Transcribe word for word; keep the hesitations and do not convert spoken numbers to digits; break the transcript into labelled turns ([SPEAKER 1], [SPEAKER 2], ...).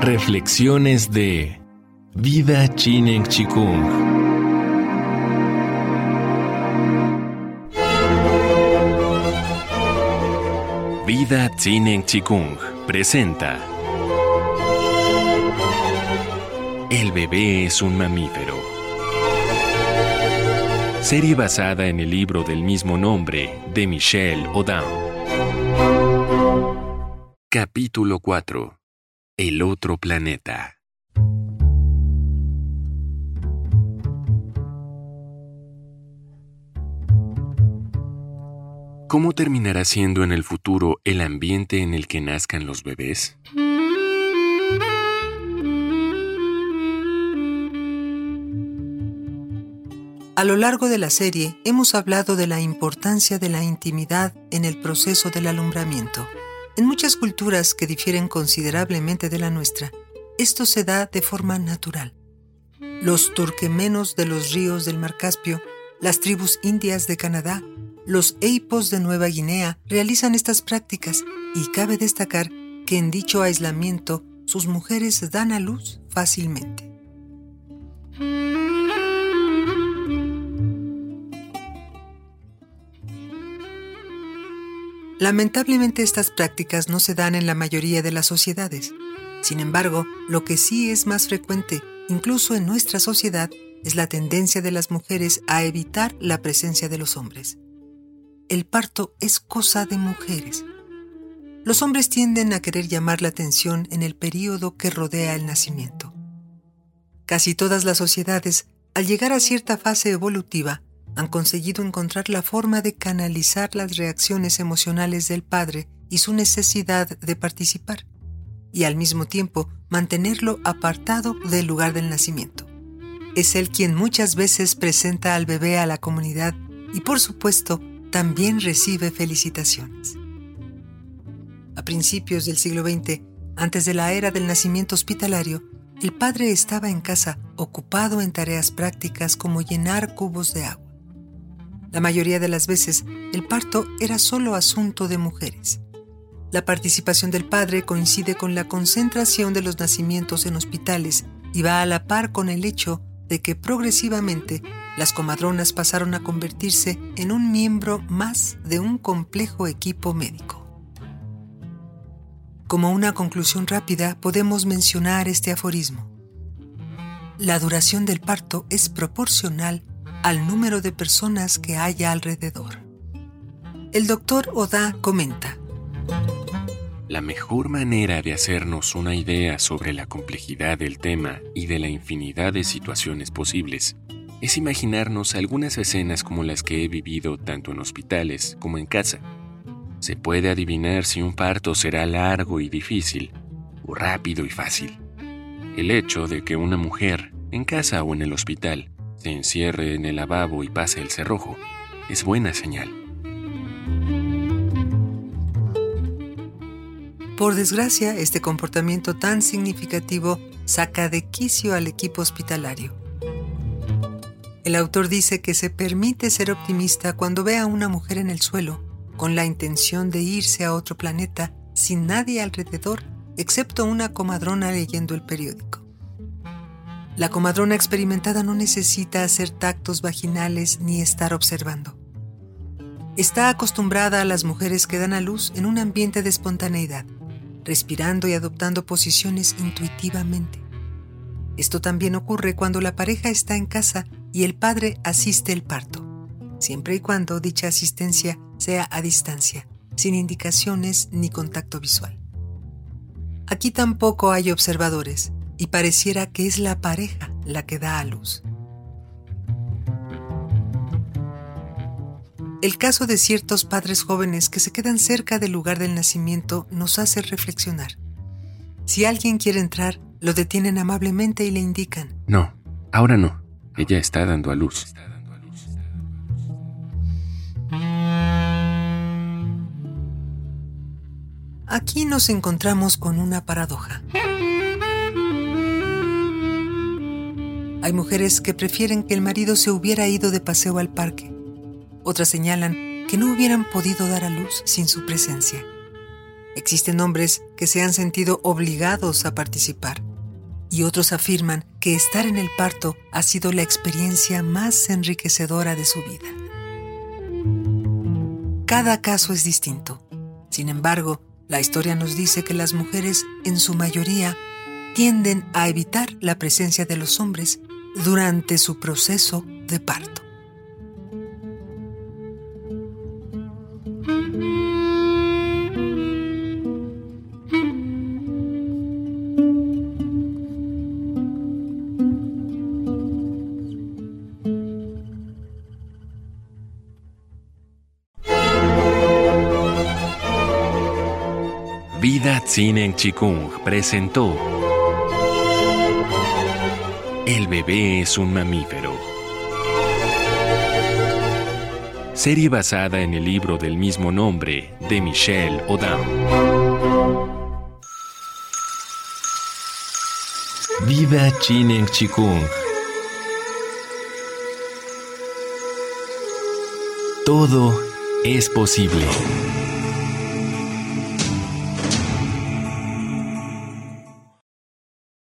[SPEAKER 1] Reflexiones de Vida Chinen Chikung. Vida Chinen Chikung presenta El bebé es un mamífero. Serie basada en el libro del mismo nombre de Michel Audin. Capítulo cuatro. El otro planeta. ¿Cómo terminará siendo en el futuro el ambiente en el que nazcan los bebés?
[SPEAKER 2] A lo largo de la serie hemos hablado de la importancia de la intimidad en el proceso del alumbramiento. En muchas culturas que difieren considerablemente de la nuestra, esto se da de forma natural. Los turquemenos de los ríos del Mar Caspio, las tribus indias de Canadá, los eipos de Nueva Guinea realizan estas prácticas y cabe destacar que en dicho aislamiento sus mujeres dan a luz fácilmente. Lamentablemente estas prácticas no se dan en la mayoría de las sociedades. Sin embargo, lo que sí es más frecuente, incluso en nuestra sociedad, es la tendencia de las mujeres a evitar la presencia de los hombres. El parto es cosa de mujeres. Los hombres tienden a querer llamar la atención en el período que rodea el nacimiento. Casi todas las sociedades, al llegar a cierta fase evolutiva, han conseguido encontrar la forma de canalizar las reacciones emocionales del padre y su necesidad de participar, y al mismo tiempo mantenerlo apartado del lugar del nacimiento. Es él quien muchas veces presenta al bebé a la comunidad y, por supuesto, también recibe felicitaciones. A principios del siglo veinte, antes de la era del nacimiento hospitalario, el padre estaba en casa ocupado en tareas prácticas como llenar cubos de agua. La mayoría de las veces, el parto era solo asunto de mujeres. La participación del padre coincide con la concentración de los nacimientos en hospitales y va a la par con el hecho de que progresivamente las comadronas pasaron a convertirse en un miembro más de un complejo equipo médico. Como una conclusión rápida, podemos mencionar este aforismo. La duración del parto es proporcional al número de personas que haya alrededor. El doctor Audin comenta:
[SPEAKER 1] La mejor manera de hacernos una idea sobre la complejidad del tema y de la infinidad de situaciones posibles es imaginarnos algunas escenas como las que he vivido tanto en hospitales como en casa. Se puede adivinar si un parto será largo y difícil o rápido y fácil. El hecho de que una mujer, en casa o en el hospital, se encierre en el lavabo y pase el cerrojo es buena señal.
[SPEAKER 2] Por desgracia, este comportamiento tan significativo saca de quicio al equipo hospitalario. El autor dice que se permite ser optimista cuando ve a una mujer en el suelo, con la intención de irse a otro planeta sin nadie alrededor, excepto una comadrona leyendo el periódico. La comadrona experimentada no necesita hacer tactos vaginales ni estar observando. Está acostumbrada a las mujeres que dan a luz en un ambiente de espontaneidad, respirando y adoptando posiciones intuitivamente. Esto también ocurre cuando la pareja está en casa y el padre asiste el parto, siempre y cuando dicha asistencia sea a distancia, sin indicaciones ni contacto visual. Aquí tampoco hay observadores, y pareciera que es la pareja la que da a luz. El caso de ciertos padres jóvenes que se quedan cerca del lugar del nacimiento nos hace reflexionar. Si alguien quiere entrar, lo detienen amablemente y le indican:
[SPEAKER 1] No, ahora no. Ella está dando a luz.
[SPEAKER 2] Aquí nos encontramos con una paradoja. Hay mujeres que prefieren que el marido se hubiera ido de paseo al parque. Otras señalan que no hubieran podido dar a luz sin su presencia. Existen hombres que se han sentido obligados a participar y otros afirman que estar en el parto ha sido la experiencia más enriquecedora de su vida. Cada caso es distinto. Sin embargo, la historia nos dice que las mujeres, en su mayoría, tienden a evitar la presencia de los hombres durante su proceso de parto.
[SPEAKER 1] Vida Tzinen Chikung presentó El bebé es un mamífero. Serie basada en el libro del mismo nombre de Michelle Odam. Vida Tzinen Chikung. Todo es posible.